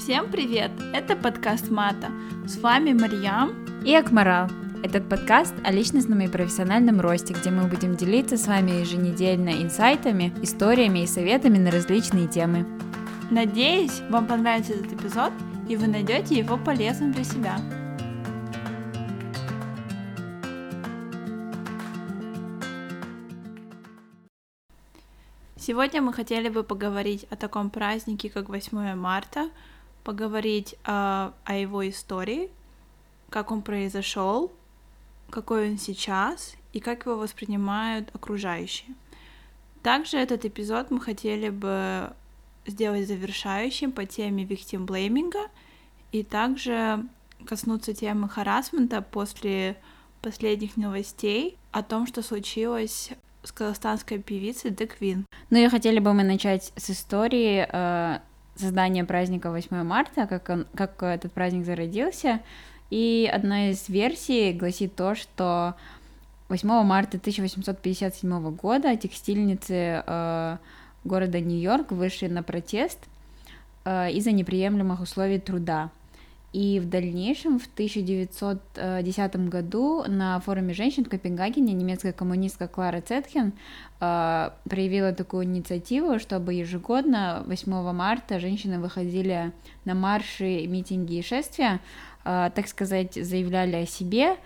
Всем привет! Это подкаст Мата. С вами Марьям и Акмарал. Этот подкаст о личностном и профессиональном росте, где мы будем делиться с вами еженедельно инсайтами, историями и советами на различные темы. Надеюсь, вам понравится этот эпизод, и вы найдете его полезным для себя. Сегодня мы хотели бы поговорить о таком празднике, как 8 марта, поговорить о его истории, как он произошел, какой он сейчас и как его воспринимают окружающие. Также этот эпизод мы хотели бы сделать завершающим по теме виктимблейминга и также коснуться темы харассмента после последних новостей о том, что случилось с казахстанской певицей The Queen. Ну и хотели бы мы начать с истории создания праздника 8 марта, как этот праздник зародился. И одна из версий гласит то, что 8 марта 1857 года текстильницы города Нью-Йорк вышли на протест из-за неприемлемых условий труда. И в дальнейшем, в 1910 году на форуме женщин в Копенгагене немецкая коммунистка Клара Цетхен проявила такую инициативу, чтобы ежегодно 8 марта женщины выходили на марши, митинги и шествия, так сказать, заявляли о себе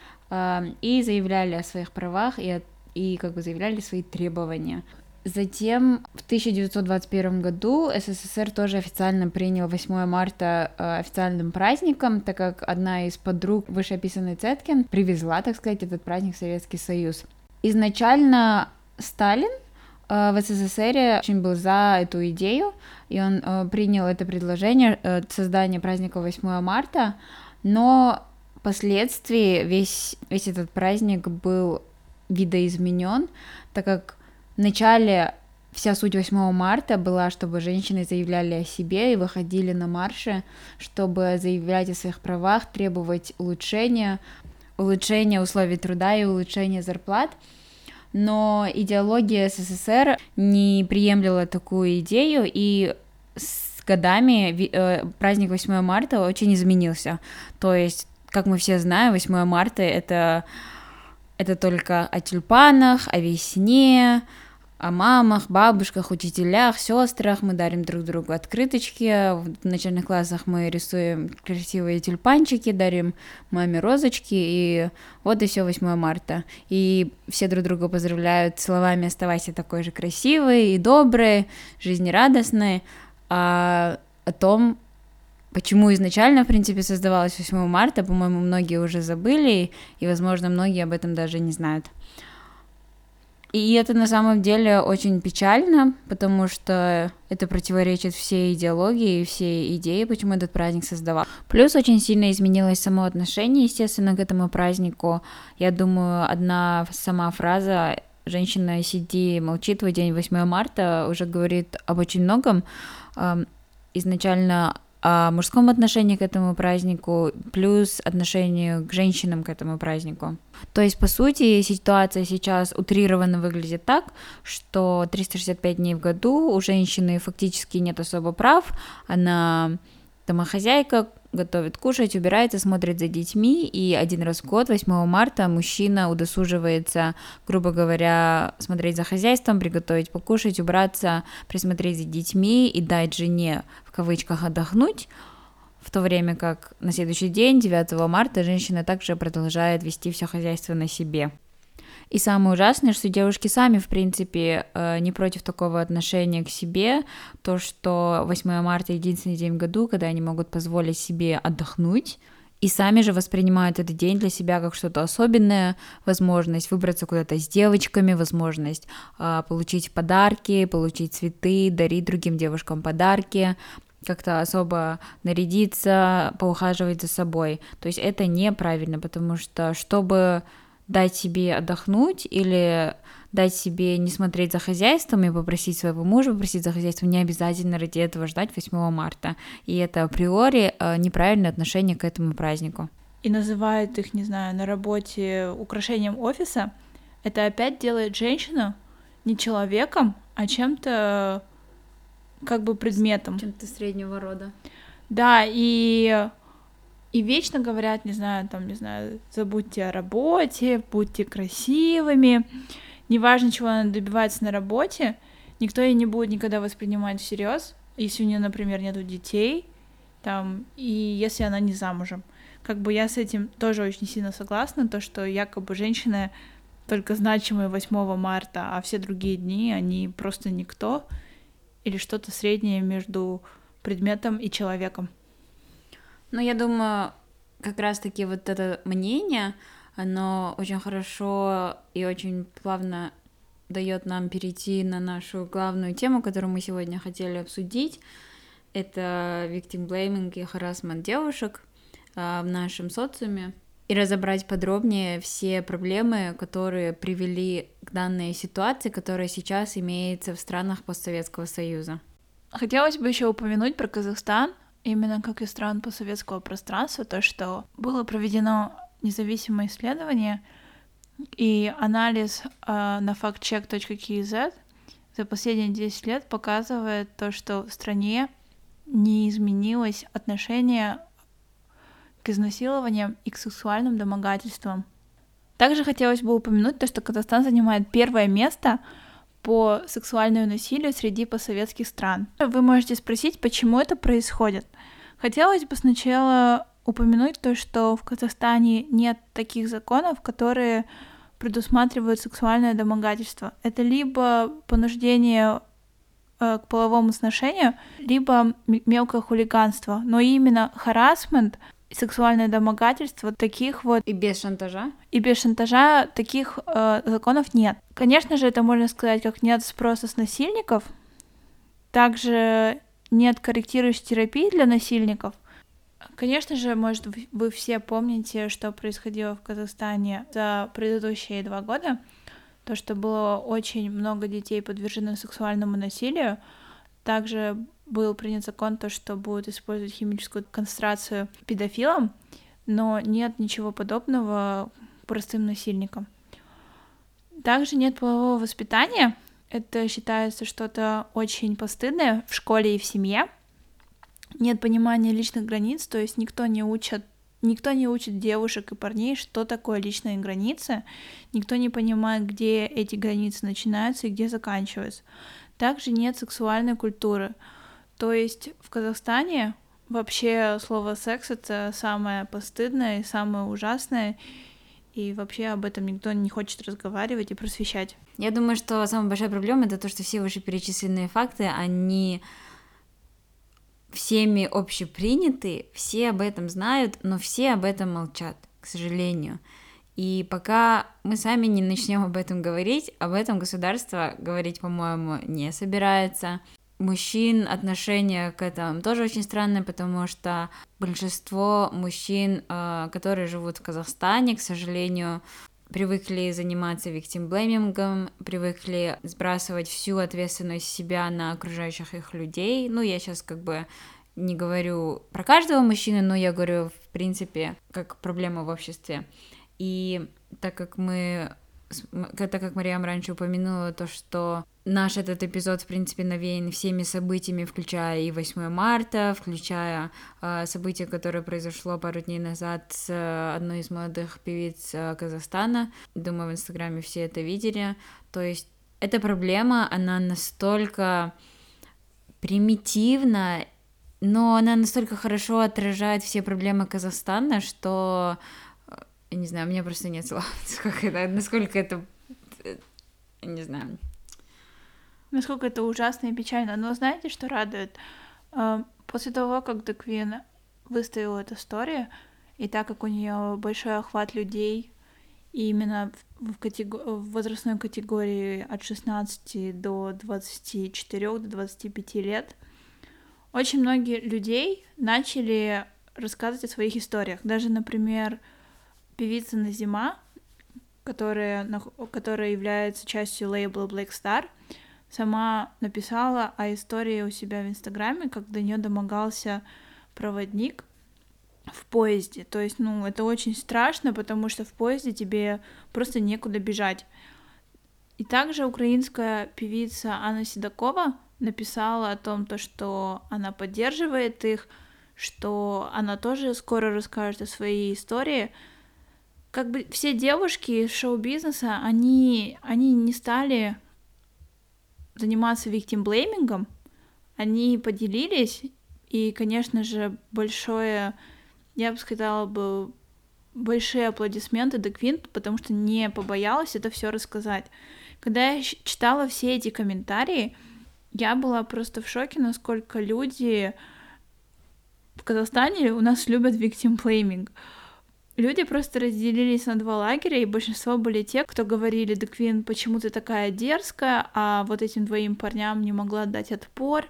и заявляли о своих правах и как бы заявляли свои требования. Затем в 1921 году СССР тоже официально принял 8 марта официальным праздником, так как одна из подруг вышеописанной Цетхен привезла, так сказать, этот праздник в Советский Союз. Изначально Сталин в СССР очень был за эту идею, и он принял это предложение создания праздника 8 марта, но впоследствии весь этот праздник был видоизменен, так как вначале вся суть 8 марта была, чтобы женщины заявляли о себе и выходили на марши, чтобы заявлять о своих правах, требовать улучшения условий труда и улучшения зарплат. Но идеология СССР не приемлила такую идею, и с годами праздник 8 марта очень изменился. То есть, как мы все знаем, 8 марта это только о тюльпанах, о весне, о мамах, бабушках, учителях, сестрах. Мы дарим друг другу открыточки. В начальных классах мы рисуем красивые тюльпанчики, дарим маме розочки, и вот и все 8 марта. И все друг друга поздравляют словами «оставайся такой же красивой и доброй, жизнерадостной», а о том, почему изначально, в принципе, создавалось 8 марта, по-моему, многие уже забыли, и, возможно, многие об этом даже не знают. И это на самом деле очень печально, потому что это противоречит всей идеологии и всей идее, почему этот праздник создавал. Плюс очень сильно изменилось само отношение, естественно, к этому празднику. Я думаю, одна сама фраза «женщина, сиди, молчи, твой день 8 марта» уже говорит об очень многом. Изначально о мужском отношении к этому празднику, плюс отношению к женщинам к этому празднику. То есть, по сути, ситуация сейчас утрированно выглядит так, что 365 дней в году у женщины фактически нет особо прав, она домохозяйка, готовит кушать, убирается, смотрит за детьми, и один раз в год, 8 марта, мужчина удосуживается, грубо говоря, смотреть за хозяйством, приготовить покушать, убраться, присмотреть за детьми и дать жене, в кавычках, отдохнуть, в то время как на следующий день, 9 марта, женщина также продолжает вести все хозяйство на себе. И самое ужасное, что девушки сами, в принципе, не против такого отношения к себе, то, что 8 марта единственный день в году, когда они могут позволить себе отдохнуть, и сами же воспринимают этот день для себя как что-то особенное, возможность выбраться куда-то с девочками, возможность получить подарки, получить цветы, дарить другим девушкам подарки, как-то особо нарядиться, поухаживать за собой. То есть это неправильно, потому что, чтобы дать себе отдохнуть или дать себе не смотреть за хозяйством и попросить своего мужа попросить за хозяйством, не обязательно ради этого ждать 8 марта. И это априори неправильное отношение к этому празднику. И называют их, не знаю, на работе украшением офиса. Это опять делает женщину не человеком, а чем-то как бы предметом. Чем-то среднего рода. Да, и вечно говорят, не знаю, забудьте о работе, будьте красивыми. Неважно, чего она добивается на работе, никто ее не будет никогда воспринимать всерьез, если у нее, например, нету детей, и если она не замужем. Как бы я с этим тоже очень сильно согласна, то, что якобы женщины только значимые 8 марта, а все другие дни, они просто никто или что-то среднее между предметом и человеком. Ну, я думаю, как раз-таки вот это мнение, оно очень хорошо и очень плавно дает нам перейти на нашу главную тему, которую мы сегодня хотели обсудить. Это victim blaming и harassment девушек в нашем социуме. И разобрать подробнее все проблемы, которые привели к данной ситуации, которая сейчас имеется в странах постсоветского союза. Хотелось бы еще упомянуть про Казахстан, именно как и стран постсоветского пространства, то, что было проведено независимое исследование и анализ на factcheck.kz за последние 10 лет показывает то, что в стране не изменилось отношение к изнасилованиям и к сексуальным домогательствам. Также хотелось бы упомянуть то, что Казахстан занимает первое место по сексуальному насилию среди постсоветских стран. Вы можете спросить, почему это происходит. Хотелось бы сначала упомянуть то, что в Казахстане нет таких законов, которые предусматривают сексуальное домогательство. Это либо понуждение к половому сношению, либо мелкое хулиганство. Но именно харассмент, сексуальное домогательство, таких вот... И без шантажа? И без шантажа таких законов нет. Конечно же, это можно сказать, как нет спроса с насильников, также нет корректирующей терапии для насильников. Конечно же, может, вы все помните, что происходило в Казахстане за предыдущие 2 года, то, что было очень много детей подвержены сексуальному насилию. Также был принят закон, то, что будут использовать химическую кастрацию педофилам, но нет ничего подобного простым насильникам. Также нет полового воспитания. Это считается что-то очень постыдное в школе и в семье. Нет понимания личных границ, то есть никто не учит девушек и парней, что такое личные границы. Никто не понимает, где эти границы начинаются и где заканчиваются. Также нет сексуальной культуры. То есть в Казахстане вообще слово «секс» — это самое постыдное и самое ужасное, и вообще об этом никто не хочет разговаривать и просвещать. Я думаю, что самая большая проблема — это то, что все вышеперечисленные факты, они всеми общеприняты, все об этом знают, но все об этом молчат, к сожалению. И пока мы сами не начнем об этом говорить, об этом государство говорить, по-моему, не собирается. Мужчин отношение к этому тоже очень странное, потому что большинство мужчин, которые живут в Казахстане, к сожалению, привыкли заниматься виктимблеймингом, привыкли сбрасывать всю ответственность себя на окружающих их людей. Ну, я сейчас не говорю про каждого мужчину, но я говорю, в принципе, как проблема в обществе. И так как Мариам раньше упомянула то, что наш этот эпизод, в принципе, навеян всеми событиями, включая и 8 марта, включая событие, которое произошло пару дней назад с одной из молодых певиц Казахстана. Думаю, в Инстаграме все это видели. То есть эта проблема, она настолько примитивна, но она настолько хорошо отражает все проблемы Казахстана, что... Я не знаю, у меня просто нет слов, насколько это... Не знаю. Насколько это ужасно и печально. Но знаете, что радует? После того, как The Queen выставила эту историю, и так как у нее большой охват людей, и именно в возрастной категории от 16 до 24, до 25 лет, очень многие людей начали рассказывать о своих историях. Даже, например, певица Назима, которая является частью лейбла Black Star, сама написала о истории у себя в Инстаграме, как до нее домогался проводник в поезде. То есть, это очень страшно, потому что в поезде тебе просто некуда бежать. И также украинская певица Анна Седокова написала о том, что она поддерживает их, что она тоже скоро расскажет о своей истории. Как бы все девушки из шоу-бизнеса, они не стали заниматься виктимблеймингом, они поделились, и, конечно же, я бы сказала большие аплодисменты The Queen, потому что не побоялась это все рассказать. Когда я читала все эти комментарии, я была просто в шоке, насколько люди в Казахстане у нас любят victim-blaming. Люди просто разделились на два лагеря, и большинство были те, кто говорили: The Queen, почему ты такая дерзкая, а вот этим двоим парням не могла дать отпор.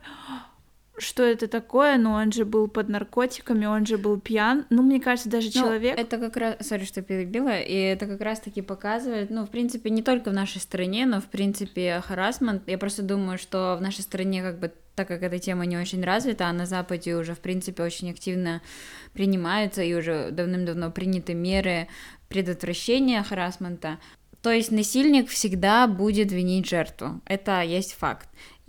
Что это такое? Ну, он же был под наркотиками, он же был пьян. Ну, мне кажется, даже человек... Это как раз... Сори, что перебила. И это как раз-таки показывает, в принципе, не только в нашей стране, но, в принципе, харассмент. Я просто думаю, что в нашей стране, как бы, так как эта тема не очень развита, а на Западе уже, в принципе, очень активно принимаются и уже давным-давно приняты меры предотвращения харассмента. То есть насильник всегда будет винить жертву. Это есть факт.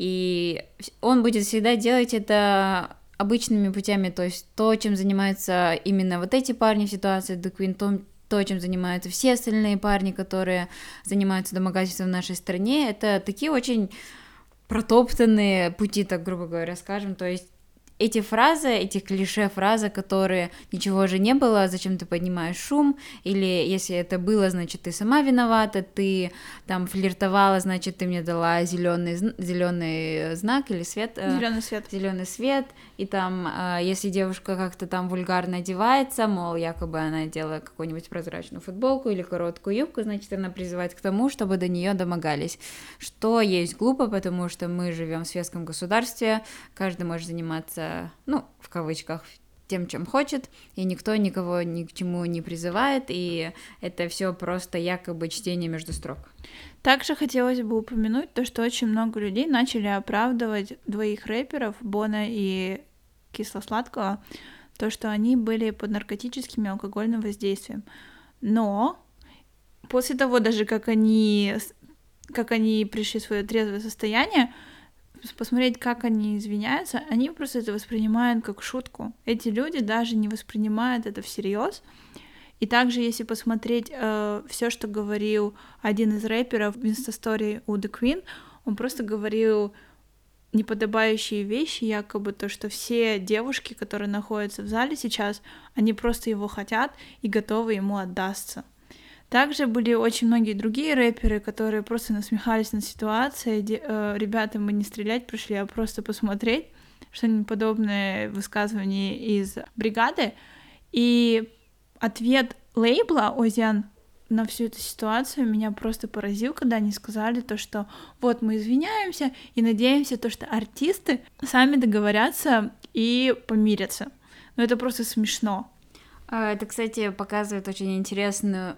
И он будет всегда делать это обычными путями, то есть то, чем занимаются именно вот эти парни в ситуации The Queen, то, чем занимаются все остальные парни, которые занимаются домогательством в нашей стране, это такие очень протоптанные пути, так грубо говоря, скажем, то есть эти клише-фразы, которые «ничего же не было, зачем ты поднимаешь шум?» или «если это было, значит, ты сама виновата, ты там флиртовала, значит, ты мне дала зеленый знак или свет». Зеленый свет. И там, если девушка как-то там вульгарно одевается, мол, якобы она делает какую-нибудь прозрачную футболку или короткую юбку, значит, она призывает к тому, чтобы до нее домогались. Что есть глупо, потому что мы живем в светском государстве, каждый может заниматься, в кавычках, тем, чем хочет, и никто никого ни к чему не призывает, и это все просто якобы чтение между строк. Также хотелось бы упомянуть то, что очень много людей начали оправдывать двоих рэперов, Бона и Кисло-Сладкого, то, что они были под наркотическим и алкогольным воздействием. Но после того, даже как они пришли в свое трезвое состояние, посмотреть, как они извиняются, они просто это воспринимают как шутку. Эти люди даже не воспринимают это всерьез. И также, если посмотреть все, что говорил один из рэперов в инстастории у The Queen, он просто говорил неподобающие вещи, якобы то, что все девушки, которые находятся в зале сейчас, они просто его хотят и готовы ему отдаться. Также были очень многие другие рэперы, которые просто насмехались над ситуацией. Ребята, мы не стрелять пришли, а просто посмотреть. Что-нибудь подобное высказывание из бригады. И ответ лейбла Озян на всю эту ситуацию меня просто поразил, когда они сказали то, что вот мы извиняемся и надеемся, то, что артисты сами договорятся и помирятся. Но это просто смешно. Это, кстати, показывает очень интересное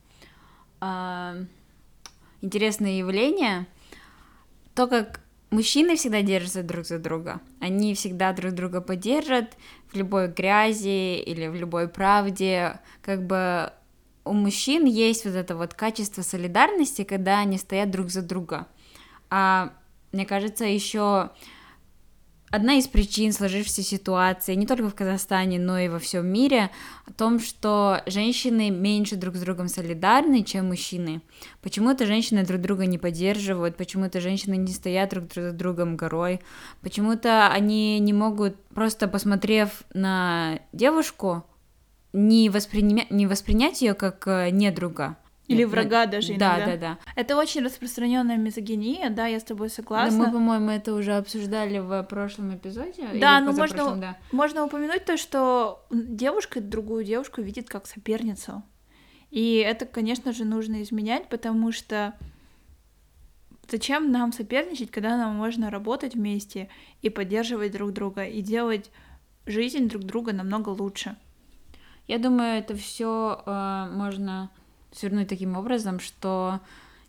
явление, то, как мужчины всегда держатся друг за друга, они всегда друг друга поддержат в любой грязи или в любой правде, как бы у мужчин есть вот это вот качество солидарности, когда они стоят друг за друга, мне кажется, еще одна из причин сложившейся ситуации, не только в Казахстане, но и во всем мире, о том, что женщины меньше друг с другом солидарны, чем мужчины. Почему-то женщины друг друга не поддерживают, почему-то женщины не стоят друг за другом горой, почему-то они не могут, просто посмотрев на девушку, не воспринять ее как недруга. Или врага даже иногда. Да. Это очень распространенная мизогиния, да, я с тобой согласна. Да, мы, по-моему, это уже обсуждали в прошлом эпизоде. Да, но можно упомянуть то, что девушка другую девушку видит как соперницу. И это, конечно же, нужно изменять, потому что зачем нам соперничать, когда нам можно работать вместе и поддерживать друг друга, и делать жизнь друг друга намного лучше. Я думаю, это все можно свернуть таким образом, что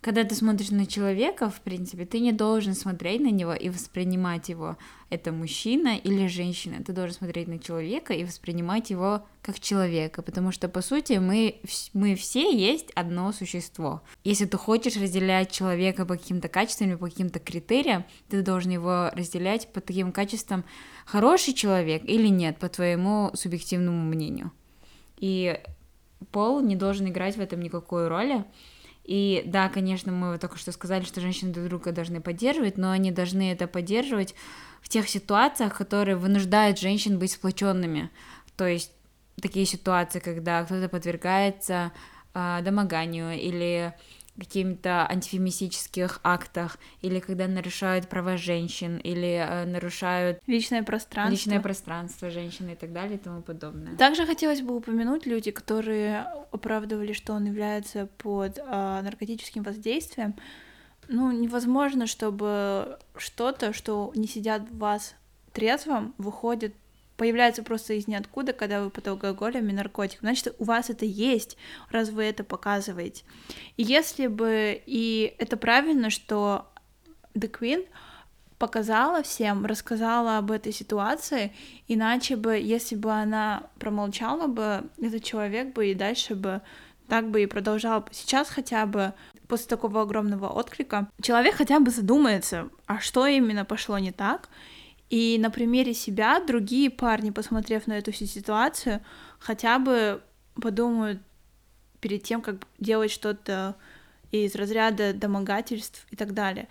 когда ты смотришь на человека, в принципе, ты не должен смотреть на него и воспринимать его, это мужчина или женщина. Ты должен смотреть на человека и воспринимать его как человека, потому что, по сути, мы все есть одно существо. Если ты хочешь разделять человека по каким-то качествам, по каким-то критериям, ты должен его разделять по таким качествам, хороший человек или нет, по твоему субъективному мнению. И пол не должен играть в этом никакой роли. И да, конечно, мы только что сказали, что женщины друг друга должны поддерживать, но они должны это поддерживать в тех ситуациях, которые вынуждают женщин быть сплоченными. То есть такие ситуации, когда кто-то подвергается домоганию или каким-то антифеминистических актах, или когда нарушают права женщин, или нарушают личное пространство женщины и так далее и тому подобное. Также хотелось бы упомянуть люди, которые оправдывали, что он является под наркотическим воздействием. Ну, невозможно, чтобы что-то, что не сидят в вас трезвом, появляется просто из ниоткуда, когда вы под алкоголем и наркотиком. Значит, у вас это есть, раз вы это показываете. И если бы... И это правильно, что The Queen показала всем, рассказала об этой ситуации, иначе бы, если бы она промолчала бы, этот человек бы и дальше бы так бы и продолжал. Сейчас хотя бы после такого огромного отклика человек хотя бы задумается, а что именно пошло не так. И на примере себя другие парни, посмотрев на эту всю ситуацию, хотя бы подумают перед тем, как делать что-то из разряда домогательств и так далее.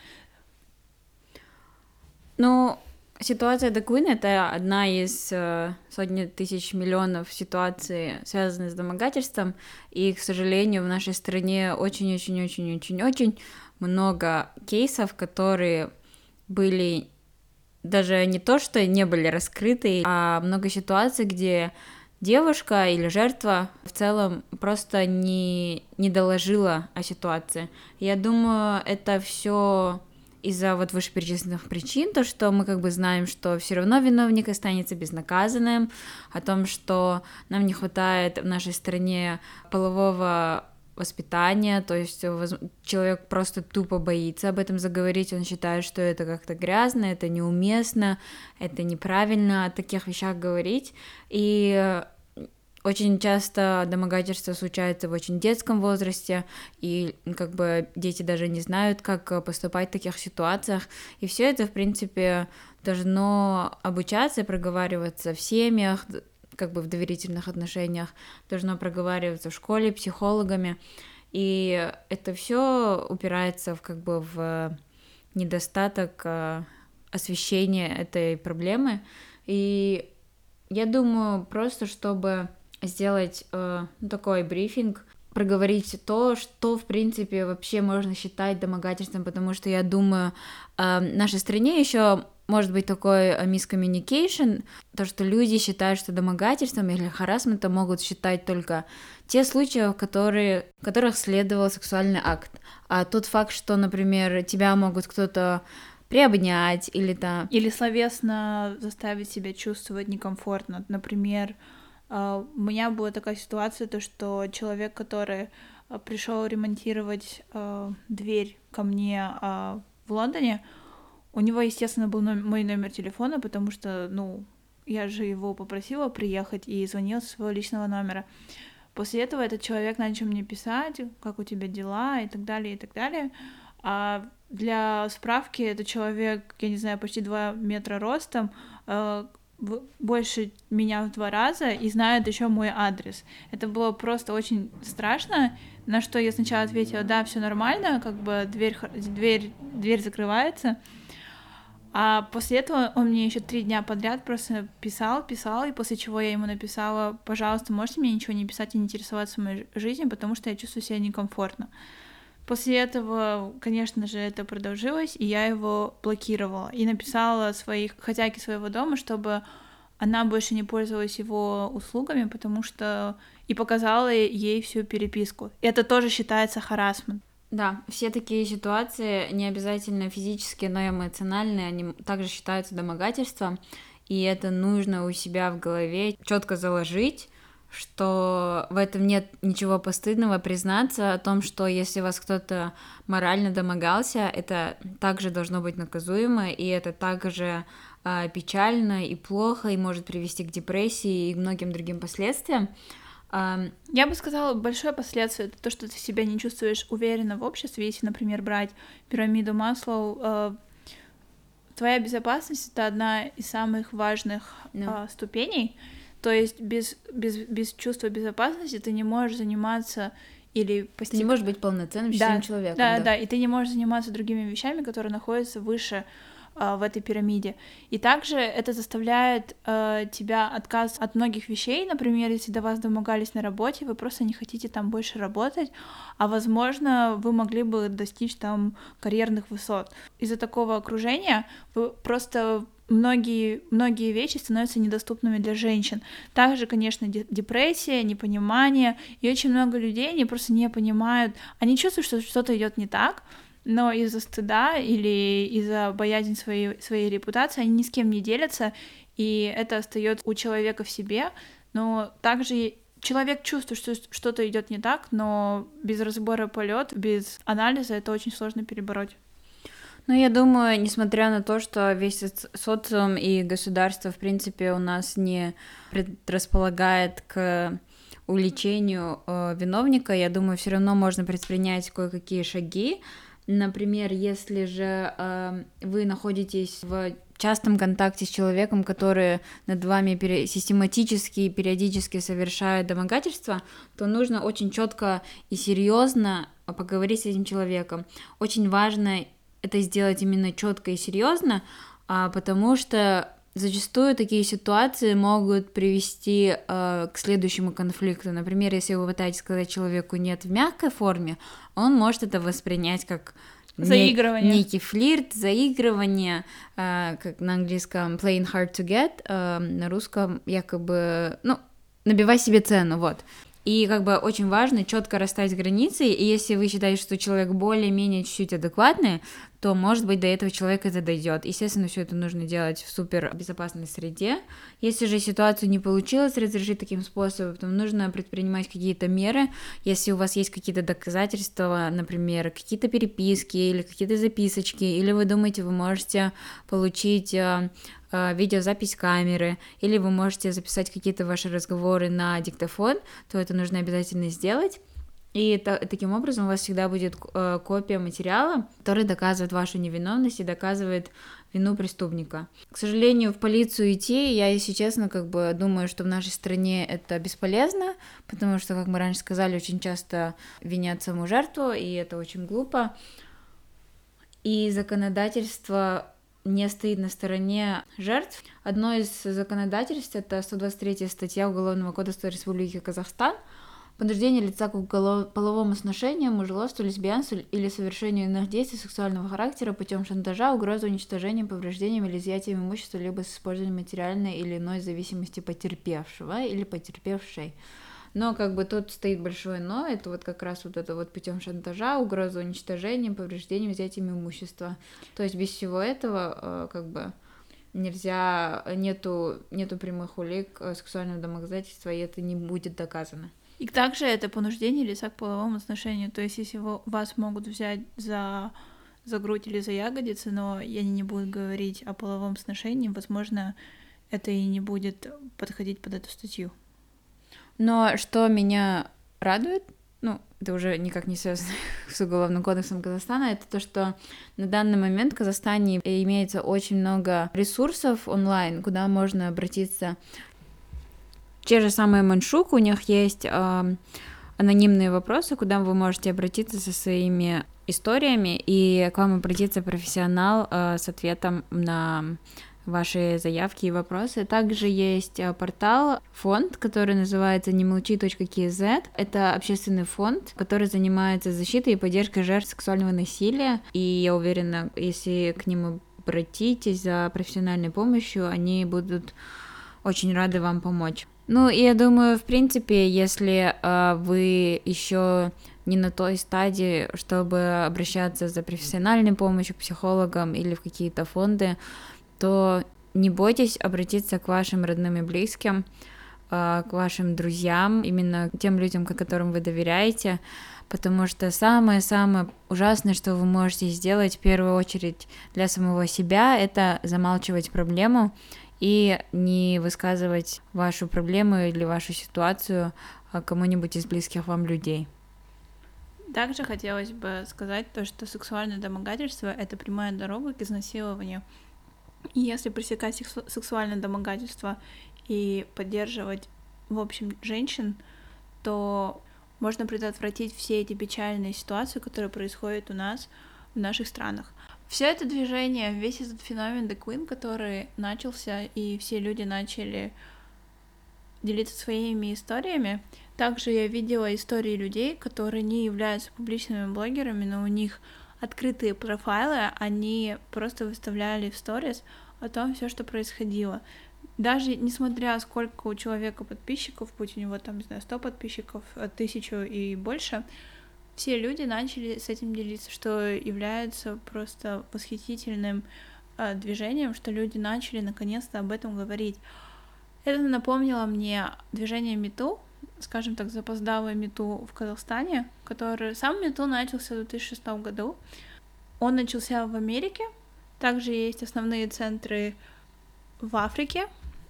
Ну, ситуация The Queen — это одна из сотни тысяч миллионов ситуаций, связанных с домогательством, и, к сожалению, в нашей стране очень-очень-очень-очень-очень много кейсов, которые были даже не то, что не были раскрыты, а много ситуаций, где девушка или жертва в целом просто не доложила о ситуации. Я думаю, это все из-за вот вышеперечисленных причин, то, что мы как бы знаем, что все равно виновник останется безнаказанным, о том, что нам не хватает в нашей стране полового воспитания, то есть человек просто тупо боится об этом заговорить, он считает, что это как-то грязно, это неуместно, это неправильно о таких вещах говорить, и очень часто домогательство случается в очень детском возрасте, и как бы дети даже не знают, как поступать в таких ситуациях, и все это, в принципе, должно обучаться и проговариваться в семьях, как бы в доверительных отношениях, должно проговариваться в школе психологами, и это все упирается в недостаток освещения этой проблемы, и я думаю, просто чтобы сделать такой брифинг, проговорить то, что, в принципе, вообще можно считать домогательством, потому что, я думаю, в нашей стране еще может быть такой miscommunication, то, что люди считают, что домогательством или харассментом могут считать только те случаи, в которых следовал сексуальный акт. А тот факт, что, например, тебя могут кто-то приобнять или там... Или словесно заставить себя чувствовать некомфортно. Например, у меня была такая ситуация, то что человек, который пришел ремонтировать дверь ко мне в Лондоне, у него, естественно, был мой номер телефона, потому что, я же его попросила приехать и звонила со своего личного номера. После этого этот человек начал мне писать, как у тебя дела и так далее, и так далее. А для справки, этот человек, я не знаю, почти 2 метра ростом, больше меня в 2 раза и знает еще мой адрес. Это было просто очень страшно, на что я сначала ответила, да, все нормально, как бы дверь закрывается. А после этого он мне еще 3 дня подряд просто писал, и после чего я ему написала, пожалуйста, можете мне ничего не писать и не интересоваться моей жизнью, потому что я чувствую себя некомфортно. После этого, конечно же, это продолжилось, и я его блокировала. И написала хозяйке своего дома, чтобы она больше не пользовалась его услугами, потому что... И показала ей всю переписку. И это тоже считается харассмент. Да, все такие ситуации, не обязательно физические, но и эмоциональные, они также считаются домогательством, и это нужно у себя в голове четко заложить, что в этом нет ничего постыдного признаться о том, что если вас кто-то морально домогался, это также должно быть наказуемо, и это также печально и плохо, и может привести к депрессии и к многим другим последствиям. Я бы сказала, большое последствие — это то, что ты себя не чувствуешь уверенно в обществе. Если, например, брать пирамиду Маслоу, твоя безопасность — это одна из самых важных ступеней. То есть без чувства безопасности ты не можешь заниматься или ты не можешь быть полноценным счастливым человеком. Да, и ты не можешь заниматься другими вещами, которые находятся выше в этой пирамиде. И также это заставляет тебя отказываться от многих вещей. Например, если до вас домогались на работе, вы просто не хотите там больше работать, а возможно, вы могли бы достичь там карьерных высот. Из-за такого окружения вы просто многие вещи становятся недоступными для женщин. Также, конечно, депрессия, непонимание, и очень много людей, они просто не понимают, они чувствуют, что что-то идет не так, но из-за стыда или из-за боязни своей репутации они ни с кем не делятся, и это остается у человека в себе. Но также человек чувствует, что что-то идет не так, но без разбора полет, без анализа это очень сложно перебороть. Ну, я думаю, несмотря на то, что весь социум и государство, в принципе, у нас не предрасполагает к увлечению виновника, я думаю, все равно можно предпринять кое-какие шаги. Например, если же вы находитесь в частом контакте с человеком, который над вами систематически и периодически совершает домогательство, то нужно очень четко и серьезно поговорить с этим человеком. Очень важно это сделать именно четко и серьезно, потому что зачастую такие ситуации могут привести к следующему конфликту. Например, если вы пытаетесь сказать человеку «нет» в мягкой форме, он может это воспринять как заигрывание. Некий флирт, заигрывание, как на английском playing hard to get, на русском якобы, набивай себе цену, вот. И как бы очень важно четко расставить границы, и если вы считаете, что человек более-менее чуть-чуть адекватный, то, может быть, до этого человека это дойдет. Естественно, все это нужно делать в супер безопасной среде. Если же ситуацию не получилось разрешить таким способом, то нужно предпринимать какие-то меры. Если у вас есть какие-то доказательства, например, какие-то переписки или какие-то записочки, или вы думаете, вы можете получить видеозапись камеры, или вы можете записать какие-то ваши разговоры на диктофон, то это нужно обязательно сделать. И таким образом у вас всегда будет копия материала, который доказывает вашу невиновность и доказывает вину преступника. К сожалению, в полицию идти, я, если честно, думаю, что в нашей стране это бесполезно, потому что, как мы раньше сказали, очень часто винят саму жертву, и это очень глупо. И законодательство не стоит на стороне жертв. Одно из законодательств — это 123 статья Уголовного кодекса Республики Казахстан. Понуждение лица к половому сношению, мужеложству, лесбиянству или совершению иных действий сексуального характера путем шантажа, угрозы уничтожением, повреждением или изъятием имущества, либо с использованием материальной или иной зависимости потерпевшего или потерпевшей. Но тут стоит большое но, это вот как раз вот это вот путем шантажа, угрозы уничтожением, повреждением, изъятием имущества. То есть без всего этого нельзя, нету прямых улик сексуального домогательства, и это не будет доказано. И также это понуждение лица к половому сношению. То есть если вас могут взять за грудь или за ягодицы, но они не будут говорить о половом сношении, возможно, это и не будет подходить под эту статью. Но что меня радует, это уже никак не связано с Уголовным кодексом Казахстана, это то, что на данный момент в Казахстане имеется очень много ресурсов онлайн, куда можно обратиться. Те же самые Маншук, у них есть анонимные вопросы, куда вы можете обратиться со своими историями, и к вам обратится профессионал с ответом на ваши заявки и вопросы. Также есть портал, фонд, который называется немолчи.kz. Это общественный фонд, который занимается защитой и поддержкой жертв сексуального насилия. И я уверена, если к ним обратитесь за профессиональной помощью, они будут очень рады вам помочь. И я думаю, в принципе, если вы еще не на той стадии, чтобы обращаться за профессиональной помощью к психологам или в какие-то фонды, то не бойтесь обратиться к вашим родным и близким. к вашим друзьям, именно тем людям, которым вы доверяете, потому что самое-самое ужасное, что вы можете сделать в первую очередь для самого себя, это замалчивать проблему и не высказывать вашу проблему или вашу ситуацию кому-нибудь из близких вам людей. Также хотелось бы сказать то, что сексуальное домогательство — это прямая дорога к изнасилованию. И если пресекать сексуальное домогательство и поддерживать, в общем, женщин, то можно предотвратить все эти печальные ситуации, которые происходят у нас в наших странах. Все это движение, весь этот феномен The Queen, который начался, и все люди начали делиться своими историями. Также я видела истории людей, которые не являются публичными блогерами, но у них открытые профайлы, они просто выставляли в сторис о том, все, что происходило. Даже несмотря сколько у человека подписчиков, будь у него там, не знаю, 100 подписчиков, 1000 и больше, все люди начали с этим делиться, что является просто восхитительным движением, что люди начали наконец-то об этом говорить. Это напомнило мне движение МИТУ, скажем так, запоздалое МИТУ в Казахстане, который сам МИТУ начался в 2006 году. Он начался в Америке, также есть основные центры в Африке,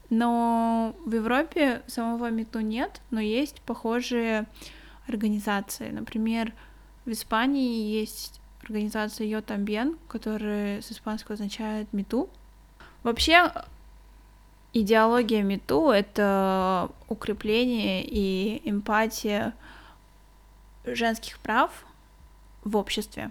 но в Европе самого МИТУ нет, но есть похожие организации. Например, в Испании есть организация Yo También, которая с испанского означает МИТУ. Вообще, идеология МИТУ — это укрепление и эмпатия женских прав в обществе.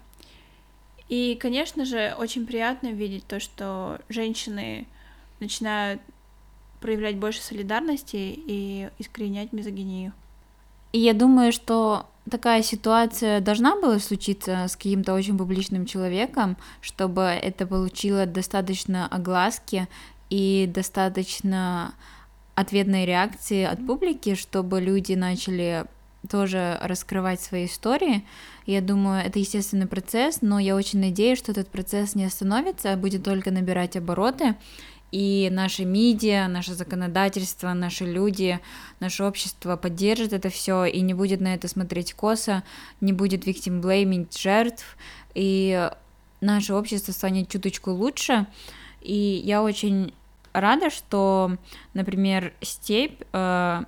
И, конечно же, очень приятно видеть то, что женщины начинают проявлять больше солидарности и искоренять мизогинию. И я думаю, что такая ситуация должна была случиться с каким-то очень публичным человеком, чтобы это получило достаточно огласки и достаточно ответной реакции от публики, чтобы люди начали тоже раскрывать свои истории. Я думаю, это естественный процесс, но я очень надеюсь, что этот процесс не остановится, а будет только набирать обороты, и наши медиа, наше законодательство, наши люди, наше общество поддержит это все и не будет на это смотреть косо, не будет victim-blaming жертв, и наше общество станет чуточку лучше. И я очень рада, что, например, Степь к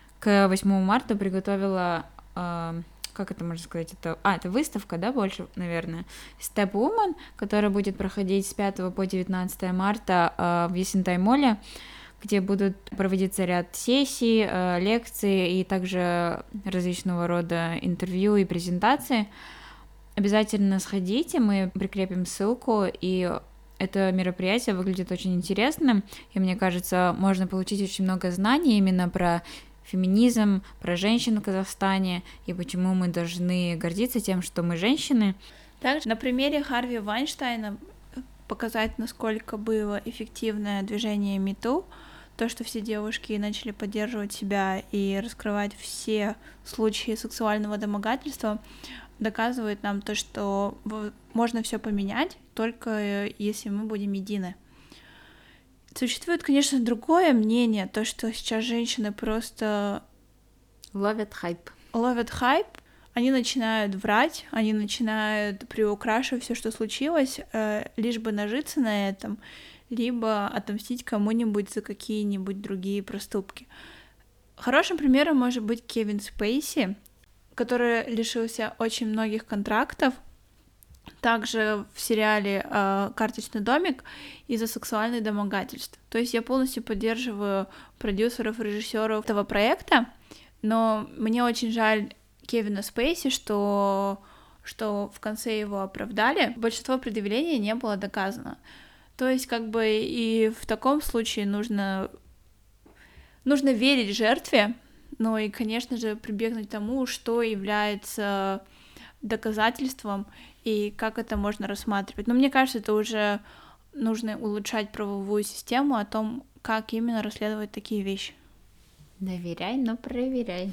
8 марта приготовила, как это можно сказать, это выставка, да, больше, наверное, Step Woman, которая будет проходить с 5 по 19 марта в Ессентай-моле, где будут проводиться ряд сессий, лекций и также различного рода интервью и презентации. Обязательно сходите, мы прикрепим ссылку, и это мероприятие выглядит очень интересным, и мне кажется, можно получить очень много знаний именно про феминизм, про женщин в Казахстане и почему мы должны гордиться тем, что мы женщины. Также на примере Харви Вайнштейна показать, насколько было эффективное движение МИТУ, то, что все девушки начали поддерживать себя и раскрывать все случаи сексуального домогательства, доказывает нам то, что можно все поменять, только если мы будем едины. Существует, конечно, другое мнение, то, что сейчас женщины просто ловят хайп. Они начинают врать, они начинают приукрашивать все, что случилось, лишь бы нажиться на этом, либо отомстить кому-нибудь за какие-нибудь другие проступки. Хорошим примером может быть Кевин Спейси, который лишился очень многих контрактов, также в сериале «Карточный домик» из-за сексуальных домогательств. То есть я полностью поддерживаю продюсеров, режиссеров этого проекта, но мне очень жаль Кевина Спейси, что в конце его оправдали. Большинство предъявлений не было доказано. То есть как бы и в таком случае нужно верить жертве, но и, конечно же, прибегнуть к тому, что является доказательством и как это можно рассматривать. Но мне кажется, это уже нужно улучшать правовую систему о том, как именно расследовать такие вещи. Доверяй, но проверяй.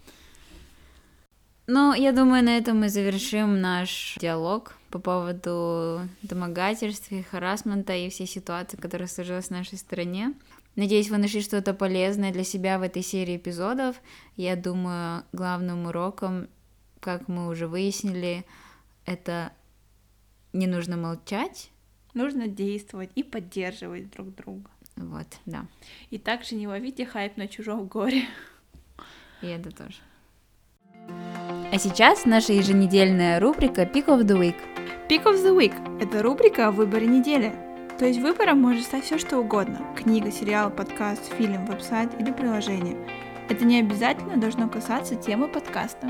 Ну, я думаю, на этом мы завершим наш диалог по поводу домогательств и харассмента и всей ситуации, которая сложилась в нашей стране. Надеюсь, вы нашли что-то полезное для себя в этой серии эпизодов. Я думаю, главным уроком, как мы уже выяснили, это не нужно молчать. Нужно действовать и поддерживать друг друга. Вот, да. И также не ловите хайп на чужом горе. И это тоже. А сейчас наша еженедельная рубрика Pick of the Week. Pick of the Week — это рубрика о выборе недели. То есть выбором может стать все что угодно. Книга, сериал, подкаст, фильм, веб-сайт или приложение. Это не обязательно должно касаться темы подкаста.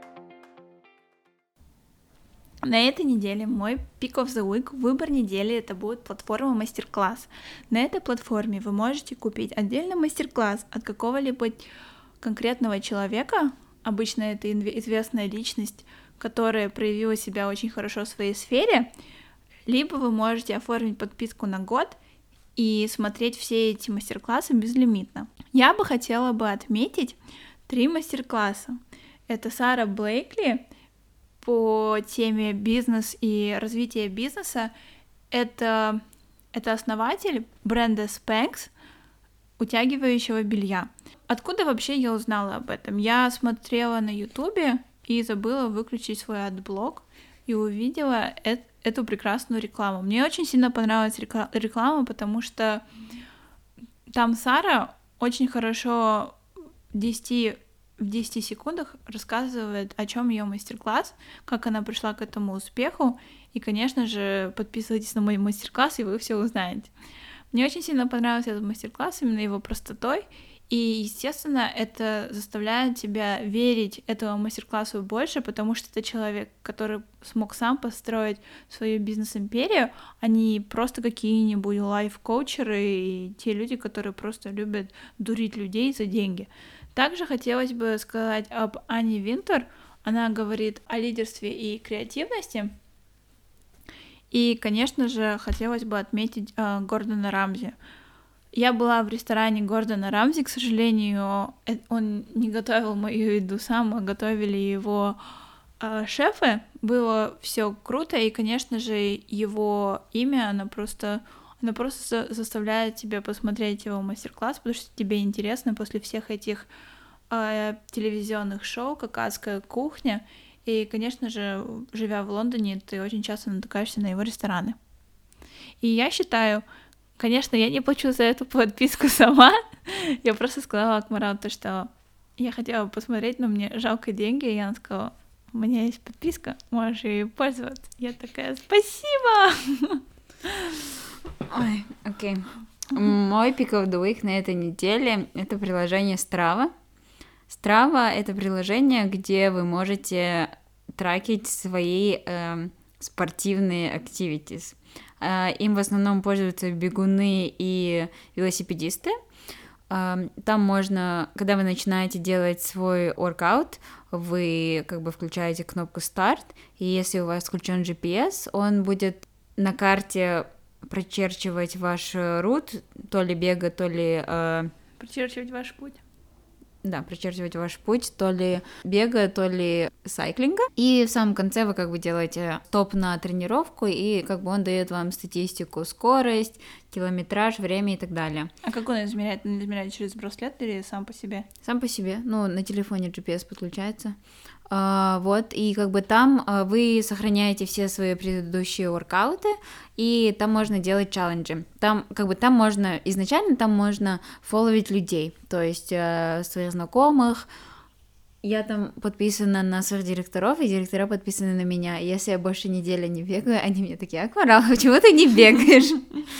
На этой неделе мой Pick of the Week, выбор недели, это будет платформа мастер-класс. На этой платформе вы можете купить отдельный мастер-класс от какого-либо конкретного человека, обычно это известная личность, которая проявила себя очень хорошо в своей сфере, либо вы можете оформить подписку на год и смотреть все эти мастер-классы безлимитно. Я бы хотела отметить 3 мастер-класса. Это Сара Блейкли по теме бизнес и развитие бизнеса. Это основатель бренда Spanx, утягивающего белья. Откуда вообще я узнала об этом? Я смотрела на Ютубе и забыла выключить свой адблок и увидела эту прекрасную рекламу. Мне очень сильно понравилась реклама, потому что там Сара очень хорошо в 10 секундах рассказывает, о чем ее мастер-класс, как она пришла к этому успеху. И, конечно же, подписывайтесь на мой мастер-класс, и вы все узнаете. Мне очень сильно понравился этот мастер-класс, именно его простотой. И, естественно, это заставляет тебя верить этому мастер-классу больше, потому что это человек, который смог сам построить свою бизнес-империю, а не просто какие-нибудь лайф-коучеры и те люди, которые просто любят дурить людей за деньги. Также хотелось бы сказать об Ане Винтур. Она говорит о лидерстве и креативности. И, конечно же, хотелось бы отметить Гордона Рамзи. Я была в ресторане Гордона Рамзи, к сожалению, он не готовил мою еду сам, а готовили его шефы. Было все круто, и, конечно же, его имя, оно просто заставляет тебя посмотреть его мастер-класс, потому что тебе интересно после всех этих телевизионных шоу, как «Адская кухня». И, конечно же, живя в Лондоне, ты очень часто натыкаешься на его рестораны. И я считаю, конечно, я не плачу за эту подписку сама. Я просто сказала Акмарал то, что я хотела посмотреть, но мне жалко деньги. И она сказала: у меня есть подписка, можешь ей пользоваться. Я такая: спасибо! Ой, окей. Мой pick of the week на этой неделе — это приложение Strava. Strava — это приложение, где вы можете трекить свои спортивные activities. Им в основном пользуются бегуны и велосипедисты. Там можно, когда вы начинаете делать свой workout, вы как бы включаете кнопку «Старт», и если у вас включен GPS, он будет на карте прочерчивать ваш рут, то ли бега, то ли... Прочерчивать ваш путь. Да, прочерчивать ваш путь, то ли бега, то ли сайклинга. И в самом конце вы как бы делаете стоп на тренировку, и как бы он дает вам статистику, скорость, километраж, время и так далее. А как он измеряет? Он измеряет через браслет или сам по себе? Сам по себе. Ну, на телефоне GPS подключается. Вот, и как бы там вы сохраняете все свои предыдущие воркауты, и там можно делать челленджи. Там можно, изначально там можно фолловить людей, то есть своих знакомых. Я там подписана на своих директоров, и директора подписаны на меня. Если я больше недели не бегаю, они мне такие: Акмарал, почему ты не бегаешь?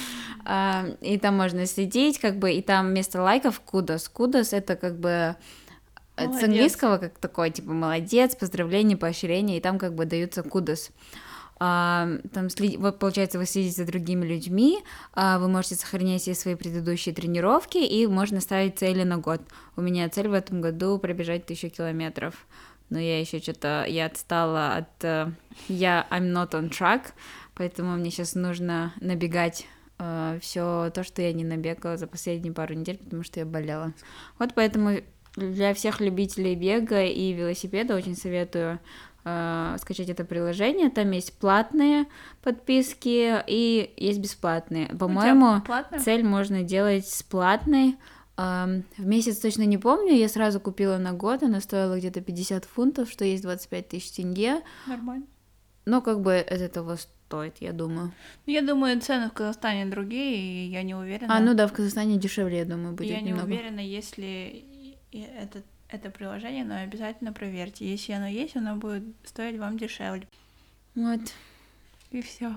И там можно следить, как бы, и там вместо лайков кудос. Кудос — это как бы... Молодец. С английского как такое, типа, молодец, поздравление, поощрение, и там как бы даются кудос. Там, получается, вы следите за другими людьми, вы можете сохранять все свои предыдущие тренировки, и можно ставить цели на год. У меня цель в этом году пробежать 1000 километров, но я еще я отстала от... I'm not on track, поэтому мне сейчас нужно набегать все то, что я не набегала за последние пару недель, потому что я болела. Вот поэтому... Для всех любителей бега и велосипеда очень советую скачать это приложение. Там есть платные подписки и есть бесплатные. По-моему, цель можно делать с платной. В месяц точно не помню, я сразу купила на год, она стоила где-то 50 фунтов, что есть 25 тысяч тенге. Нормально. Но как бы это того стоит, я думаю. Я думаю, цены в Казахстане другие, и я не уверена. Ну да, в Казахстане дешевле, я думаю, будет я немного. Я не уверена, если это приложение, но обязательно проверьте. Если оно есть, оно будет стоить вам дешевле. Вот. И все.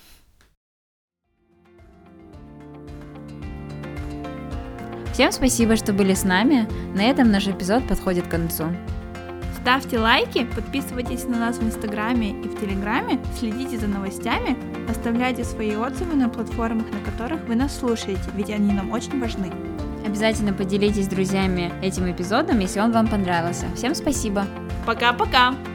Всем спасибо, что были с нами. На этом наш эпизод подходит к концу. Ставьте лайки, подписывайтесь на нас в Инстаграме и в Телеграме, следите за новостями, оставляйте свои отзывы на платформах, на которых вы нас слушаете, ведь они нам очень важны. Обязательно поделитесь с друзьями этим эпизодом, если он вам понравился. Всем спасибо. Пока-пока!